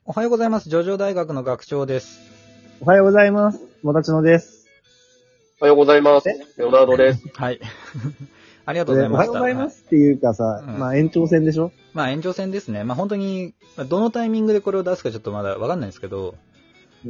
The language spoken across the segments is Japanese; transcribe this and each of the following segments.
おはようございます。ジョジョ大学の学長です。 おはようございます。もたちのです。 おはようございます。レオナルドです。 はい。ありがとうございました。 おはようございますっていうかさ、まあ延長戦でしょ？ まあ延長戦ですね。まあ本当に、どのタイミングでこれを出すかちょっとまだわかんないんですけど、はい。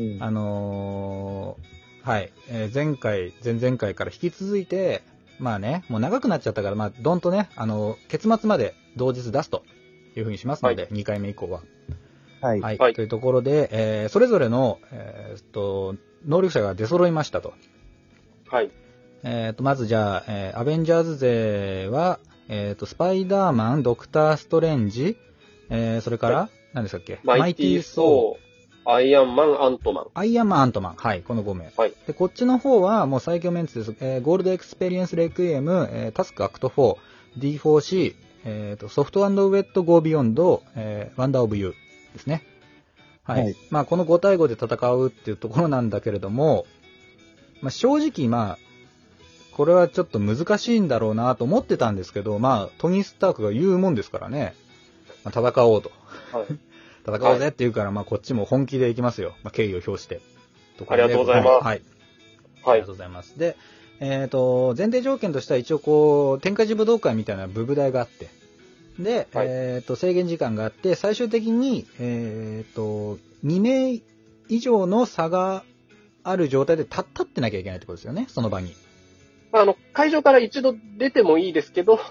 前回、前々回から引き続いて、まあね、もう長くなっちゃったから、まあどんとね、結末まで同日出すというふうにしますので、はい、2回目以降は。はい。はい。というところで、それぞれの、能力者が出揃いましたと。 はい。 まずじゃあ、アベンジャーズ勢は、スパイダーマン、ドクター・ストレンジ、それから、何でしたっけ？ マイティー・ソー、アイアンマン、アントマン。 アイアンマン、アントマン。はい、この5名。 はい。 で、こっちの方はもう最強メンツです。ゴールドエクスペリエンス・レクイエム、タスク・アクト4、D4C、ソフト&ウェット・ゴー・ビヨンド、ワンダー・オブ・ユーですね。はい。はい、まあ、この5対5で戦うっていうところなんだけれども、まあ、正直、まあ、これはちょっと難しいんだろうなと思ってたんですけど、まあ、トニー・スタークが言うもんですからね、まあ、戦おうと。はい、戦おうぜって言うから、まあ、こっちも本気でいきますよ。まあ、敬意を表して。 ありがとうございます。はい。 はい。ありがとうございます。で、前提条件としては一応こう、天下寺武道会みたいなブブ台があって、で、はい、制限時間があって、最終的に、2名以上の差がある状態で立ってなきゃいけないってことですよね、その場に。 会場から一度出てもいいですけど、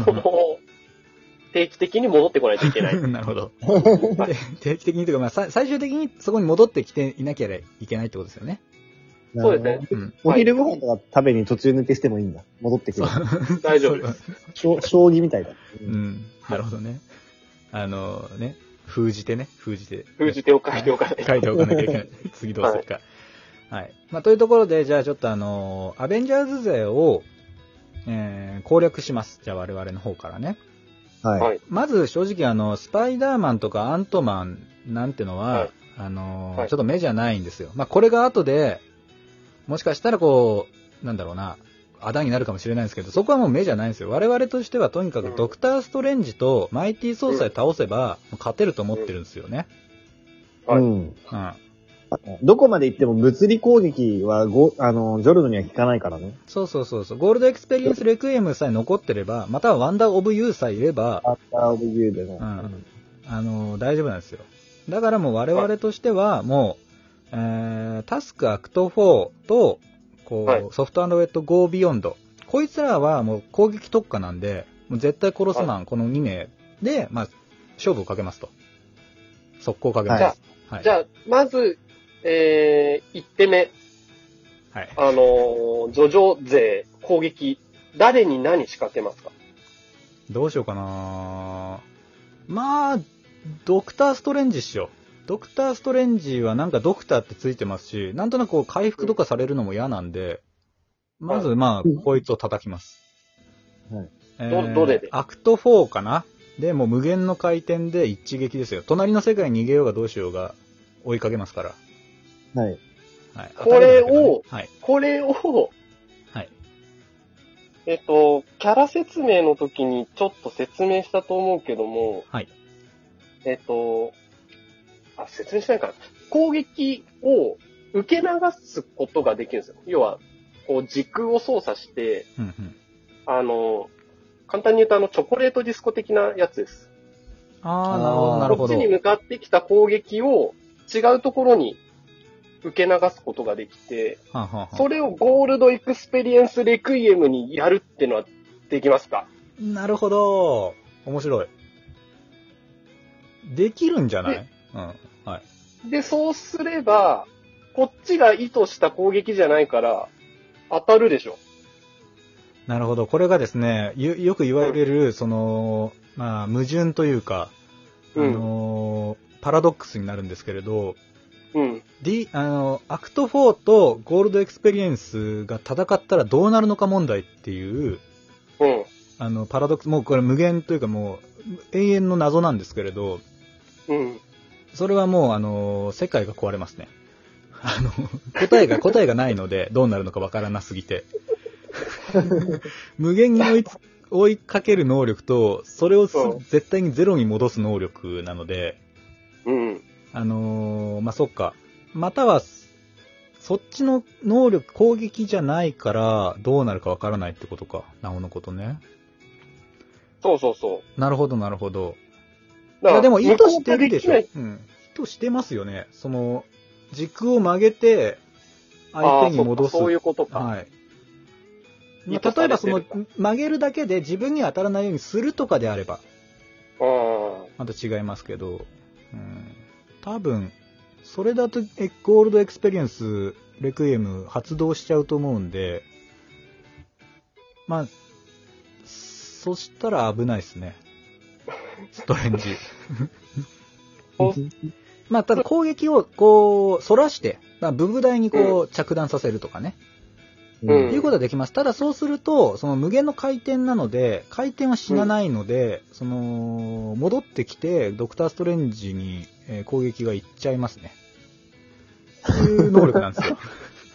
定期的に戻ってこないといけない。 なるほど。定期的にというか、まあ、最終的にそこに戻ってきていなきゃいけないってことですよね。 そうですね。 うん、お昼ご飯とか食べに途中抜けしてもいいんだ。戻ってくる。 大丈夫です。 将棋みたいだ。 うん。なるほどね。ね、封じ手を書いておかない。 書いておかなきゃいけない。次どうするか。はい。まあ、というところで、じゃあちょっとアベンジャーズ勢を、攻略します。じゃあ我々の方からね。 はい。 まず正直スパイダーマンとかアントマンなんてのは、はい、ちょっと目じゃないんですよ。まあ、これが後で、もしかしたらこう、なんだろうな、あだになるかもしれないんですけど、そこはもう目じゃないんですよ。我々としてはとにかくドクター・ストレンジとマイティー・ソーさえ倒せば、勝てると思ってるんですよね。 うん。どこまで行っても物理攻撃はジョルノには効かないからね。 そう。ゴールドエクスペリエンス・レクイエムさえ残ってれば、またはワンダー・オブ・ユーさえいれば、 ワンダー・オブ・ユーでも。 大丈夫なんですよ。だからもう我々としては、もう、タスクアクト4と、こう、ソフト&ウェットゴービヨンド。こいつらはもう攻撃特化なんで、もう絶対殺すマン、この2名で、まあ、勝負をかけますと。速攻かけます。 じゃあ、まず、1手目。はい。ジョジョ勢攻撃、誰に何仕掛けますか？ どうしようかな。まあ、ドクターストレンジっしょ。ドクターストレンジはなんかドクターってついてますし、なんとなくこう回復とかされるのも嫌なんで、まずまあ、こいつを叩きます。 はい。どれで？ アクト4かな？で、もう無限の回転で一撃ですよ。隣の世界に逃げようがどうしようが追いかけますから。 はい。 はい。 これを、はい。はい。キャラ説明の時にちょっと説明したと思うけども、 はい。 説明しないかな。攻撃を受け流すことができるんですよ。要は、こう軸を操作して、簡単に言うとチョコレートディスコ的なやつです。 ああ、なるほど、なるほど。 こっちに向かってきた攻撃を違うところに受け流すことができて、それをゴールドエクスペリエンスレクイエムにやるってのはできますか？ なるほど。面白い。できるんじゃない？はい。 で、そうすれば、こっちが意図した攻撃じゃないから、当たるでしょ。 なるほど。これがですね、よく言われる、まあ、矛盾というか、パラドックスになるんですけれど、アクト4とゴールドエクスペリエンスが戦ったらどうなるのか問題っていう、パラドックス、もうこれ無限というかもう永遠の謎なんですけれど、それはもう、世界が壊れますね。答えがないので、どうなるのかわからなすぎて。無限に追いかける能力と、それを絶対にゼロに戻す能力なので、 そっか。または、そっちの能力、攻撃じゃないから、どうなるかわからないってことか。なおのことね。 そうそうそう。 なるほど、なるほど。いや、でも意図してるでしょ。うん。意図してますよね。軸を曲げて、相手に戻す。 そういうことか。 はい。例えば曲げるだけで自分には当たらないようにするとかであれば、また違いますけど、多分、それだとゴールドエクスペリエンス、レクイエム発動しちゃうと思うんで、そしたら危ないですね。ストレンジ。ただ攻撃を反らして、ブブ台に着弾させるとかね。いうことはできます。ただそうすると、無限の回転なので、回転は死なないので、戻ってきて、ドクターストレンジに、攻撃がいっちゃいますね。そういう能力なんですよ。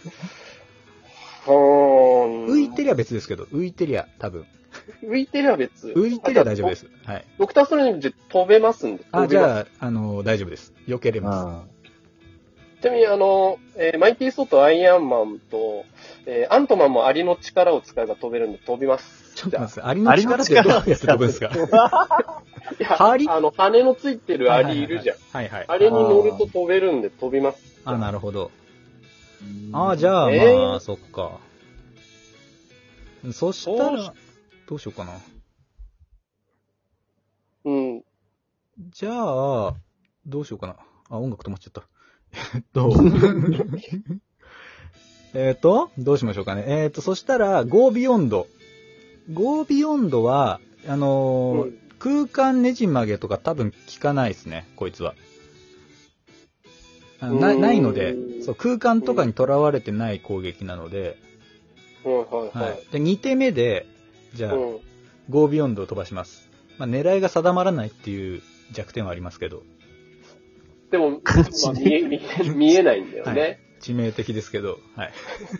浮いてりゃ別ですけど、浮いてりゃ多分。 浮いてりゃ別。 浮いてりゃ大丈夫です。はい。 ドクターストレンジ飛べますんで。 じゃあ、大丈夫です。避けれます。 ちなみにマイティーソーとアイアンマンと、アントマンもアリの力を使えば飛べるんで飛びます。 ちょっと待って、アリの力ってどうやって飛ぶんですか？ いや、羽のついてるアリいるじゃん。 はいはい。 あれに乗ると飛べるんで飛びます。 なるほど。じゃあ、そっか。そしたら、どうしようかな。じゃあ、どうしようかな。音楽止まっちゃった。どうしましょうかね。そしたら、ゴービヨンド。ゴービヨンドは、空間ねじ曲げとか多分効かないですね、こいつは。ないので、そう、空間とかにとらわれてない攻撃なので、はい。で、2手目で、じゃあ、ゴービヨンドを飛ばします。狙いが定まらないっていう弱点はありますけど。 でも、見えないんだよね。はい、 致命的ですけど、はい。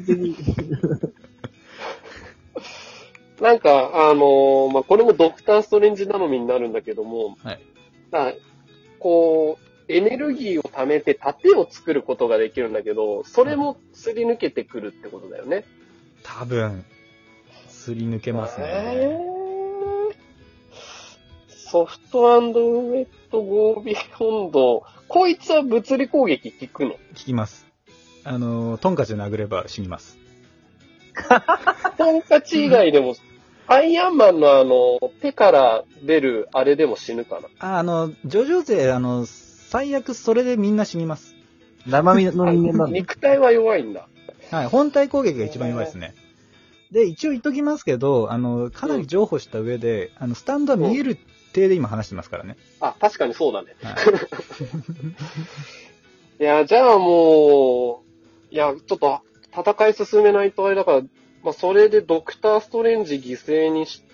なんか、これもドクターストレンジ頼みになるんだけども、 はい。 エネルギーを貯めて盾を作ることができるんだけど、それもすり抜けてくるってことだよね。 多分、すり抜けますね。 ソフト&ウェットゴービヨンド、こいつは物理攻撃効くの？効きます。トンカチで殴れば死にます。 トンカチ以外でも、アイアンマンの手から出るあれでも死ぬかな？ ジョジョ勢、最悪それでみんな死にます。 生身の人間なんだ。 肉体は弱いんだ。 はい、本体攻撃が一番弱いですね。で、一応言っときますけど、かなり譲歩した上で、スタンドは見える体で今話してますからね。 確かにそうだね。はい、いや、じゃあもう、ちょっと戦い進めないとあれだから、それでドクターストレンジ犠牲にして、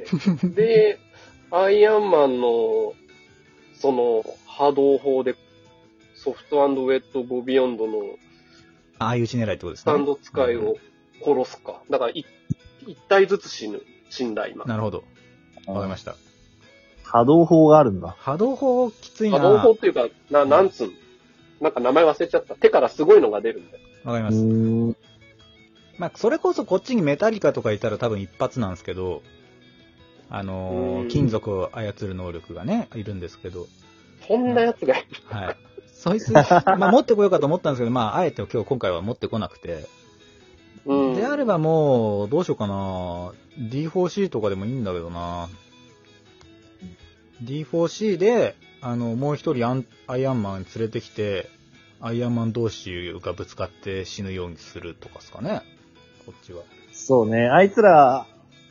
で、アイアンマンの、波動砲で、ソフト&ウェット・ゴビヨンドの、 相打ち狙いってことですね。 スタンド使いを殺すか。だから一体ずつ死んだ今。 なるほど。わかりました。 波動砲があるんだ。 波動砲きついな。 波動砲っていうか、なんつうの。なんか名前忘れちゃった。手からすごいのが出るんだよ。 わかります。それこそこっちにメタリカとかいたら多分一発なんですけど、金属を操る能力がね、いるんですけど。 そんなやつがいる。 はい。そいつ、持ってこようかと思ったんですけど、あえて今回は持ってこなくて。であればもう、どうしようかな。D4C とかでもいいんだけどな。D4C で、もう一人アイアンマン連れてきて、アイアンマン同士がぶつかって死ぬようにするとかですかね。こっちは。 そうね。あいつら、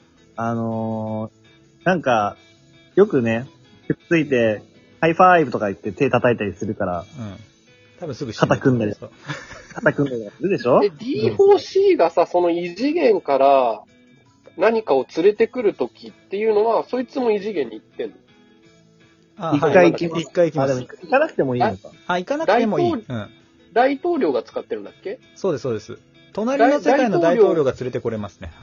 なんか、よくね、くっついて、ハイファイブとか言って手叩いたりするから。 多分すぐ死ぬ。 肩組んだりするでしょ？ D4C がさ、その異次元から何かを連れてくるときっていうのは、そいつも異次元に行ってんの？ 一回行きます。 一回行きます。 でも行かなくてもいいのか。 行かなくてもいい。 大統領が使ってるんだっけ？ そうです、そうです。隣の世界の大統領が連れてこれますね。はい。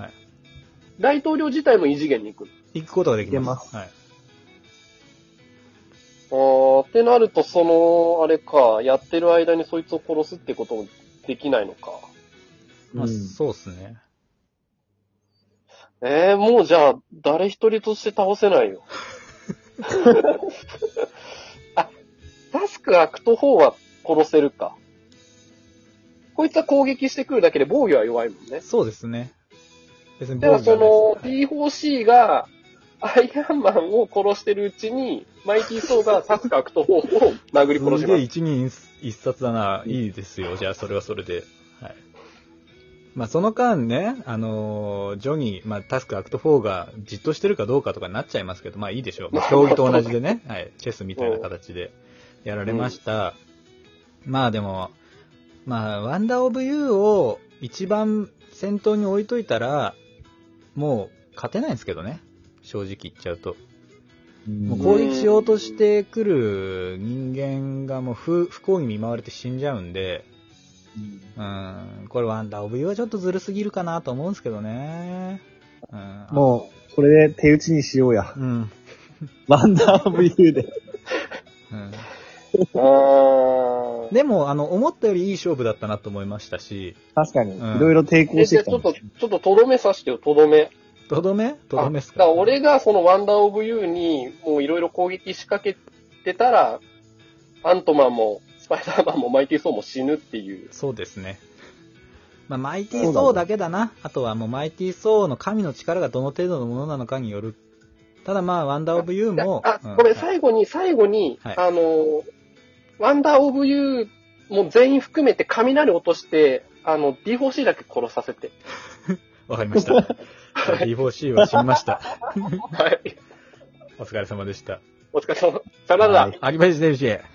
大統領自体も異次元に行く？ 行くことができます。はい。 ってなると、あれか、やってる間にそいつを殺すってこともできないのか。 まあ、そうっすね。 もうじゃあ、誰一人として倒せないよ。あ、タスクアクト4は殺せるか。こいつは攻撃してくるだけで防御は弱いもんね。 そうですね。別にだから防御は T4C が、アイアンマンを殺してるうちに、マイティー・ソーがタスクアクト4を殴り殺します。 すげえ一人一冊だな。いいですよ。じゃあ、それはそれで。はい。まあ、その間ね、ジョニー、まあ、タスクアクト4がじっとしてるかどうかとかになっちゃいますけど、まあいいでしょう。まあ、競技と同じでね、はい。チェスみたいな形でやられました。まあでも、まあ、ワンダーオブユーを一番先頭に置いといたら、もう勝てないんですけどね。正直言っちゃうと。もう攻撃しようとしてくる人間がもう不幸に見舞われて死んじゃうんで、これワンダーオブユーはちょっとずるすぎるかなと思うんですけどね。 もう、これで手打ちにしようや。ワンダーオブユーで。 でも、思ったよりいい勝負だったなと思いましたし。 確かに。いろいろ抵抗してきた。 ちょっととどめさしてよ、とどめ。 とどめっすか？ だから俺がそのワンダーオブユーにもういろいろ攻撃仕掛けてたら、アントマンもスパイダーマンもマイティー・ソーも死ぬっていう。 そうですね。まあ、マイティー・ソーだけだな。あとはもうマイティー・ソーの神の力がどの程度のものなのかによる。ただまあ、ワンダーオブユーも。 ごめん、最後に、はい、ワンダーオブユーも全員含めて雷落として、D4C だけ殺させて。 わかりました。D4C は死にました。 はい。 お疲れ様でした。 お疲れ様。さよなら。 アキバイジデルシェ。